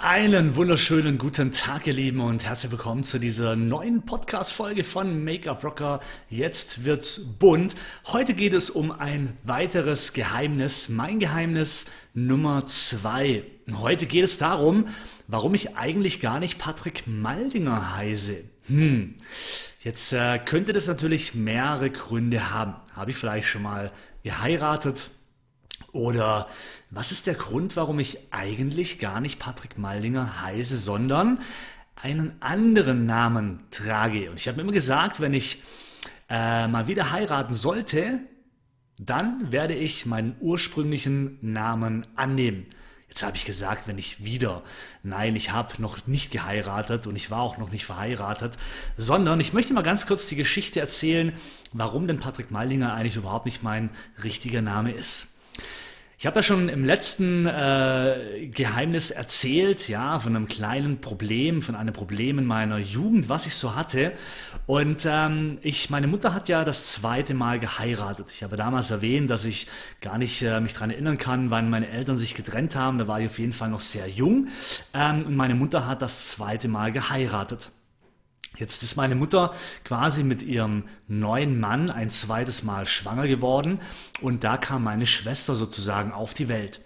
Einen wunderschönen guten Tag, ihr Lieben, und herzlich willkommen zu dieser neuen Podcast-Folge von Make-up Rocker. Jetzt wird's bunt. Heute geht es um ein weiteres Geheimnis, mein Geheimnis Nummer 2. Heute geht es darum, warum ich eigentlich gar nicht Patrick Maldinger heiße. Jetzt könnte das natürlich mehrere Gründe haben. Habe ich vielleicht schon mal geheiratet? Oder was ist der Grund, warum ich eigentlich gar nicht Patrick Maldinger heiße, sondern einen anderen Namen trage? Und ich habe mir immer gesagt, wenn ich mal wieder heiraten sollte, dann werde ich meinen ursprünglichen Namen annehmen. Jetzt habe ich gesagt, wenn ich wieder. Nein, ich habe noch nicht geheiratet und ich war auch noch nicht verheiratet, sondern ich möchte mal ganz kurz die Geschichte erzählen, warum denn Patrick Maldinger eigentlich überhaupt nicht mein richtiger Name ist. Ich habe ja schon im letzten Geheimnis erzählt, ja, von einem kleinen Problem, von einem Problem in meiner Jugend, was ich so hatte. Und meine Mutter hat ja das zweite Mal geheiratet. Ich habe damals erwähnt, dass ich gar nicht mich daran erinnern kann, wann meine Eltern sich getrennt haben. Da war ich auf jeden Fall noch sehr jung. Und meine Mutter hat das zweite Mal geheiratet. Jetzt ist meine Mutter quasi mit ihrem neuen Mann ein zweites Mal schwanger geworden und da kam meine Schwester sozusagen auf die Welt.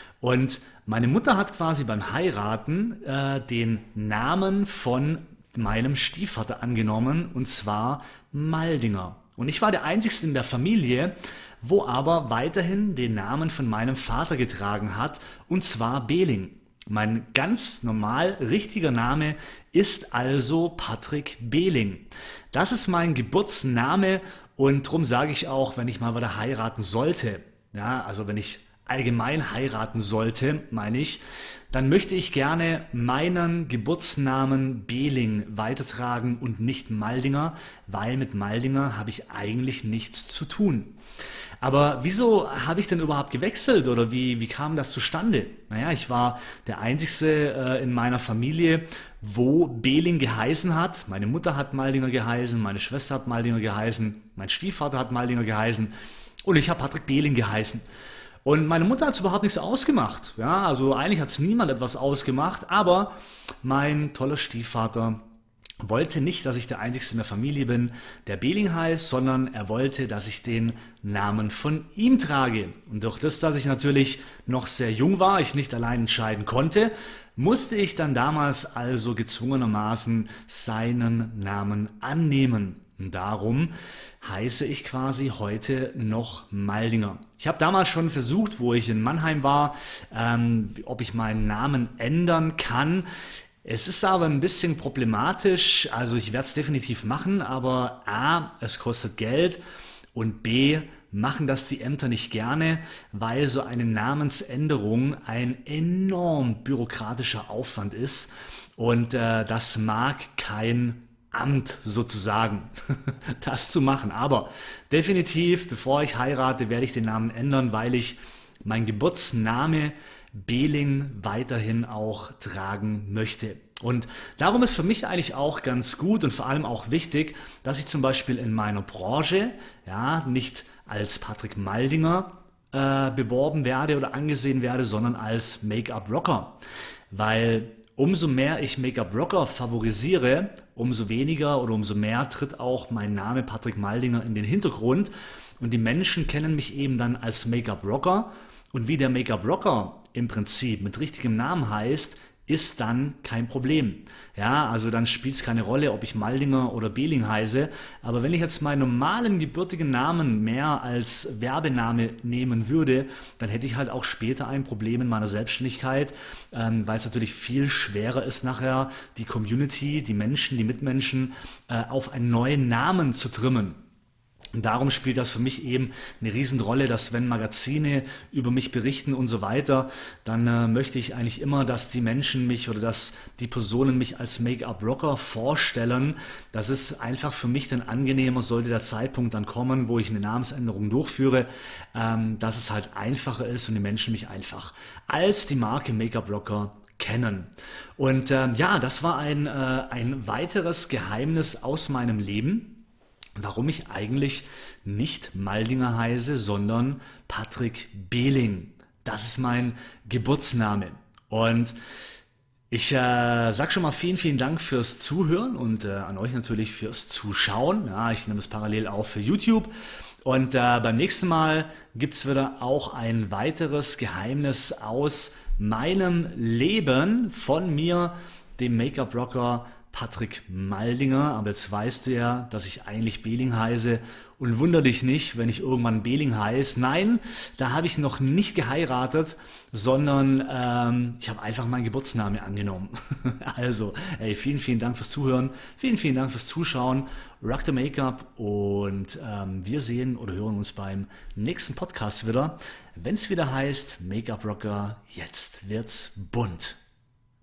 Und meine Mutter hat quasi beim Heiraten den Namen von meinem Stiefvater angenommen, und zwar Maldinger. Und ich war der Einzige in der Familie, wo aber weiterhin den Namen von meinem Vater getragen hat, und zwar Behling. Mein ganz normal richtiger Name ist also Patrick Behling. Das ist mein Geburtsname und darum sage ich auch, wenn ich mal wieder heiraten sollte, ja, also wenn ich allgemein heiraten sollte, meine ich, dann möchte ich gerne meinen Geburtsnamen Behling weitertragen und nicht Maldinger, weil mit Maldinger habe ich eigentlich nichts zu tun. Aber wieso habe ich denn überhaupt gewechselt oder wie kam das zustande? Naja, ich war der Einzige in meiner Familie, wo Behling geheißen hat. Meine Mutter hat Maldinger geheißen, meine Schwester hat Maldinger geheißen, mein Stiefvater hat Maldinger geheißen und ich habe Patrick Behling geheißen. Und meine Mutter hat es überhaupt nichts ausgemacht. Ja, also eigentlich hat es niemand etwas ausgemacht, aber mein toller Stiefvater wollte nicht, dass ich der Einzige in der Familie bin, der Behling heißt, sondern er wollte, dass ich den Namen von ihm trage. Und durch das, dass ich natürlich noch sehr jung war, ich nicht allein entscheiden konnte, musste ich dann damals also gezwungenermaßen seinen Namen annehmen. Und darum heiße ich quasi heute noch Maldinger. Ich habe damals schon versucht, wo ich in Mannheim war, ob ich meinen Namen ändern kann. Es ist aber ein bisschen problematisch, also ich werde es definitiv machen, aber A, es kostet Geld und B, machen das die Ämter nicht gerne, weil so eine Namensänderung ein enorm bürokratischer Aufwand ist und das mag kein Amt sozusagen, das zu machen. Aber definitiv, bevor ich heirate, werde ich den Namen ändern, weil ich mein Geburtsname Behling weiterhin auch tragen möchte. Und darum ist für mich eigentlich auch ganz gut und vor allem auch wichtig, dass ich zum Beispiel in meiner Branche ja nicht als Patrick Maldinger beworben werde oder angesehen werde, sondern als Make-up-Rocker. Weil umso mehr ich Make-up-Rocker favorisiere, umso weniger oder umso mehr tritt auch mein Name Patrick Maldinger in den Hintergrund und die Menschen kennen mich eben dann als Make-up-Rocker. Und wie der Make-up-Rocker im Prinzip mit richtigem Namen heißt, ist dann kein Problem. Ja, also dann spielt es keine Rolle, ob ich Maldinger oder Behling heiße. Aber wenn ich jetzt meinen normalen gebürtigen Namen mehr als Werbename nehmen würde, dann hätte ich halt auch später ein Problem in meiner Selbstständigkeit, weil es natürlich viel schwerer ist nachher, die Community, die Menschen, die Mitmenschen auf einen neuen Namen zu trimmen. Und darum spielt das für mich eben eine Riesenrolle, dass wenn Magazine über mich berichten und so weiter, dann möchte ich eigentlich immer, dass die Menschen mich oder dass die Personen mich als Make-up-Rocker vorstellen. Das ist einfach für mich dann angenehmer, sollte der Zeitpunkt dann kommen, wo ich eine Namensänderung durchführe, dass es halt einfacher ist und die Menschen mich einfach als die Marke Make-up-Rocker kennen. Und ja, das war ein weiteres Geheimnis aus meinem Leben, warum ich eigentlich nicht Maldinger heiße, sondern Patrick Behling. Das ist mein Geburtsname. Und Ich sag schon mal vielen Dank fürs Zuhören und an euch natürlich fürs Zuschauen. Ja, ich nehme es parallel auf für YouTube. Und beim nächsten Mal gibt es wieder auch ein weiteres Geheimnis aus meinem Leben von mir, dem Make-up-Rocker Patrick Maldinger. Aber jetzt weißt du ja, dass ich eigentlich Behling heiße. Und wunder dich nicht, wenn ich irgendwann Behling heiße. Nein, da habe ich noch nicht geheiratet, sondern ich habe einfach meinen Geburtsnamen angenommen. Also, ey, vielen Dank fürs Zuhören. Vielen Dank fürs Zuschauen. Rock the Make-up und wir sehen oder hören uns beim nächsten Podcast wieder, wenn es wieder heißt Make-up Rocker, jetzt wird's bunt.